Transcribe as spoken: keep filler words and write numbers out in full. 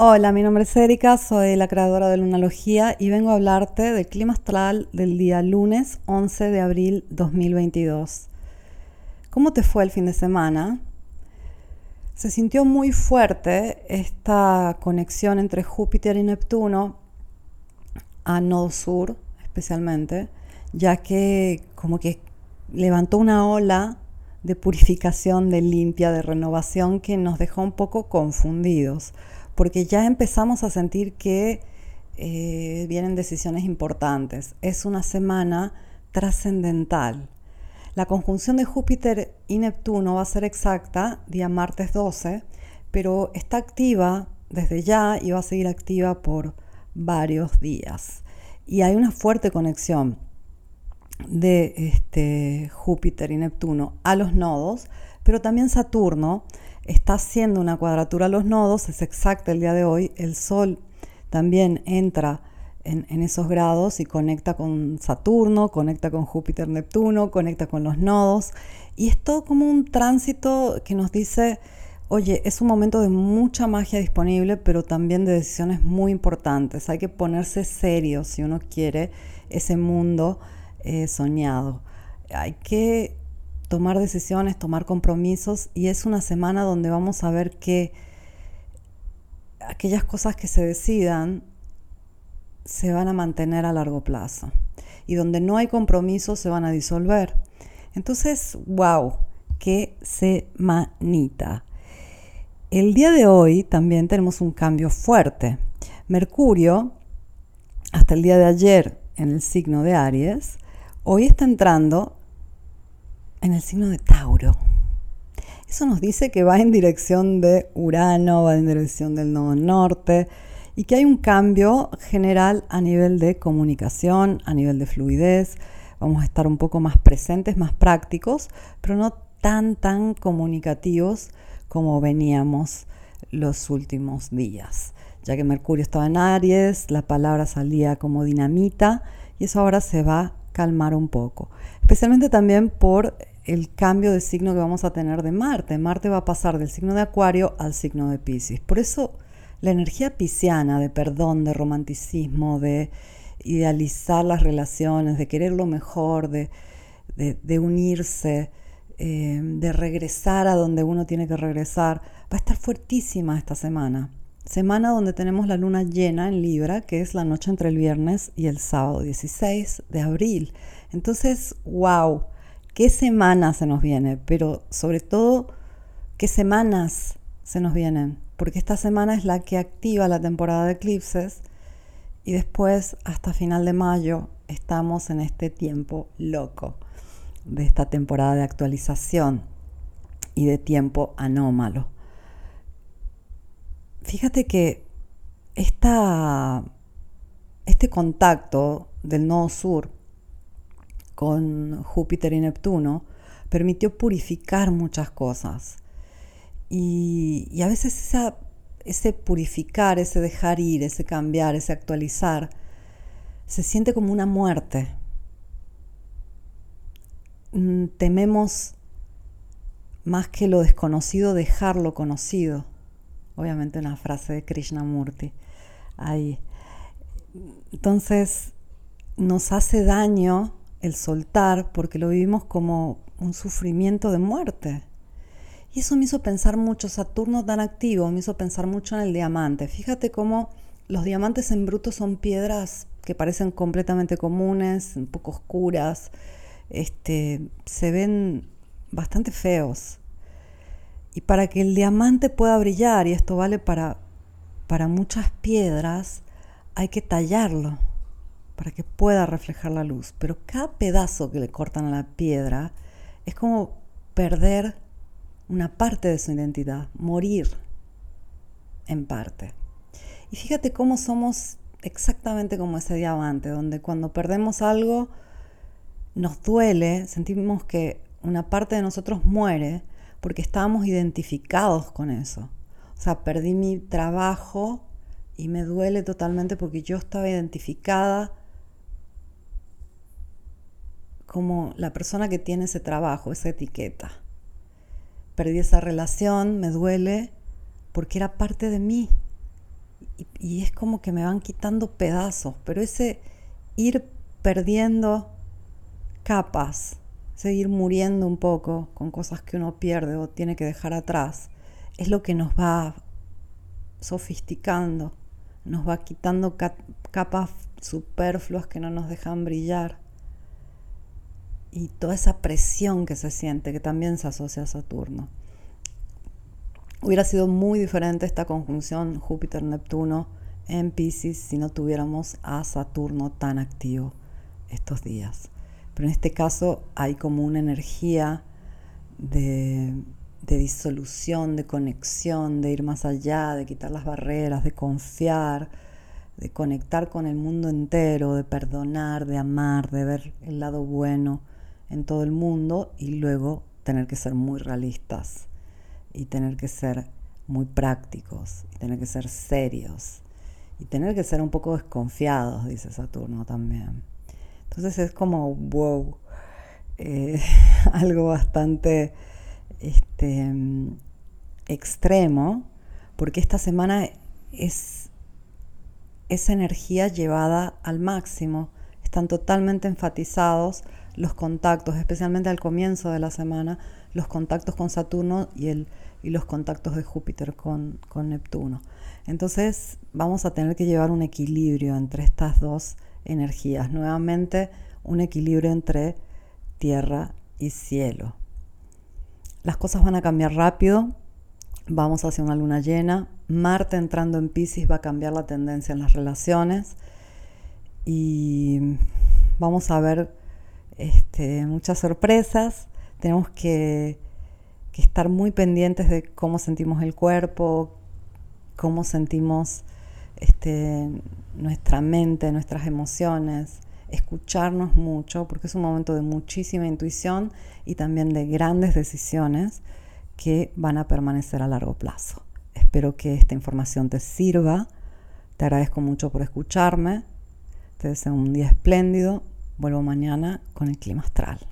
Hola, mi nombre es Erika, soy la creadora de Lunalogía y vengo a hablarte del clima astral del día lunes once de abril dos mil veintidós. ¿Cómo te fue el fin de semana? Se sintió muy fuerte esta conexión entre Júpiter y Neptuno a Nodo Sur especialmente, ya que como que levantó una ola de purificación, de limpia, de renovación que nos dejó un poco confundidos, porque ya empezamos a sentir que eh, vienen decisiones importantes. Es una semana trascendental. La conjunción de Júpiter y Neptuno va a ser exacta día martes doce, pero está activa desde ya y va a seguir activa por varios días. Y hay una fuerte conexión de este, Júpiter y Neptuno a los nodos, pero también Saturno está haciendo una cuadratura a los nodos, es exacta el día de hoy. El Sol también entra en, en esos grados y conecta con Saturno, conecta con Júpiter, Neptuno, conecta con los nodos, y es todo como un tránsito que nos dice, oye, es un momento de mucha magia disponible, pero también de decisiones muy importantes. Hay que ponerse serio si uno quiere ese mundo eh, soñado. Hay que tomar decisiones, tomar compromisos, y es una semana donde vamos a ver que aquellas cosas que se decidan se van a mantener a largo plazo y donde no hay compromisos se van a disolver. Entonces, wow, qué semanita. El día de hoy también tenemos un cambio fuerte. Mercurio, hasta el día de ayer en el signo de Aries, hoy está entrando en el signo de Tauro. Eso nos dice que va en dirección de Urano, va en dirección del nodo norte, y que hay un cambio general a nivel de comunicación, a nivel de fluidez. Vamos a estar un poco más presentes, más prácticos, pero no tan, tan comunicativos como veníamos los últimos días. Ya que Mercurio estaba en Aries, la palabra salía como dinamita, y eso ahora se va a calmar un poco. Especialmente también por el cambio de signo que vamos a tener de Marte. Marte va a pasar del signo de Acuario al signo de Piscis. Por eso la energía pisciana de perdón, de romanticismo, de idealizar las relaciones, de querer lo mejor, de, de, de unirse, eh, de regresar a donde uno tiene que regresar, va a estar fuertísima esta semana. Semana donde tenemos la luna llena en Libra, que es la noche entre el viernes y el sábado dieciséis de abril. Entonces, wow, qué semana se nos viene, pero sobre todo, qué semanas se nos vienen, porque esta semana es la que activa la temporada de eclipses y después, hasta final de mayo, estamos en este tiempo loco de esta temporada de actualización y de tiempo anómalo. Fíjate que esta, este contacto del nodo sur con Júpiter y Neptuno permitió purificar muchas cosas. Y, y a veces esa, ese purificar, ese dejar ir, ese cambiar, ese actualizar, se siente como una muerte. Tememos más que lo desconocido, dejar lo conocido. Obviamente una frase de Krishnamurti ahí. Entonces nos hace daño el soltar porque lo vivimos como un sufrimiento de muerte. Y eso me hizo pensar mucho, Saturno tan activo, me hizo pensar mucho en el diamante. Fíjate cómo los diamantes en bruto son piedras que parecen completamente comunes, un poco oscuras, este, se ven bastante feos. Y para que el diamante pueda brillar, y esto vale para, para muchas piedras, hay que tallarlo para que pueda reflejar la luz. Pero cada pedazo que le cortan a la piedra es como perder una parte de su identidad, morir en parte. Y fíjate cómo somos exactamente como ese diamante, donde cuando perdemos algo nos duele, sentimos que una parte de nosotros muere porque estábamos identificados con eso. O sea, perdí mi trabajo y me duele totalmente porque yo estaba identificada como la persona que tiene ese trabajo, esa etiqueta. Perdí esa relación, me duele porque era parte de mí. y, y es como que me van quitando pedazos, pero ese ir perdiendo capas, seguir muriendo un poco con cosas que uno pierde o tiene que dejar atrás, es lo que nos va sofisticando, nos va quitando capas superfluas que no nos dejan brillar. Y toda esa presión que se siente, que también se asocia a Saturno. Hubiera sido muy diferente esta conjunción Júpiter-Neptuno en Piscis si no tuviéramos a Saturno tan activo estos días. Pero en este caso hay como una energía de, de disolución, de conexión, de ir más allá, de quitar las barreras, de confiar, de conectar con el mundo entero, de perdonar, de amar, de ver el lado bueno en todo el mundo y luego tener que ser muy realistas y tener que ser muy prácticos y tener que ser serios y tener que ser un poco desconfiados, dice Saturno también. Entonces es como wow, eh, algo bastante este, extremo, porque esta semana es esa energía llevada al máximo. Están totalmente enfatizados los contactos, especialmente al comienzo de la semana, los contactos con Saturno y, el, y los contactos de Júpiter con, con Neptuno. Entonces vamos a tener que llevar un equilibrio entre estas dos energías. Nuevamente un equilibrio entre tierra y cielo. Las cosas van a cambiar rápido. Vamos hacia una luna llena. Marte entrando en Piscis va a cambiar la tendencia en las relaciones. Y vamos a ver este, muchas sorpresas. Tenemos que, que estar muy pendientes de cómo sentimos el cuerpo, cómo sentimos este, nuestra mente, nuestras emociones, escucharnos mucho, porque es un momento de muchísima intuición y también de grandes decisiones que van a permanecer a largo plazo. Espero que esta información te sirva. Te agradezco mucho por escucharme. Te deseo un día espléndido. Vuelvo mañana con el clima astral.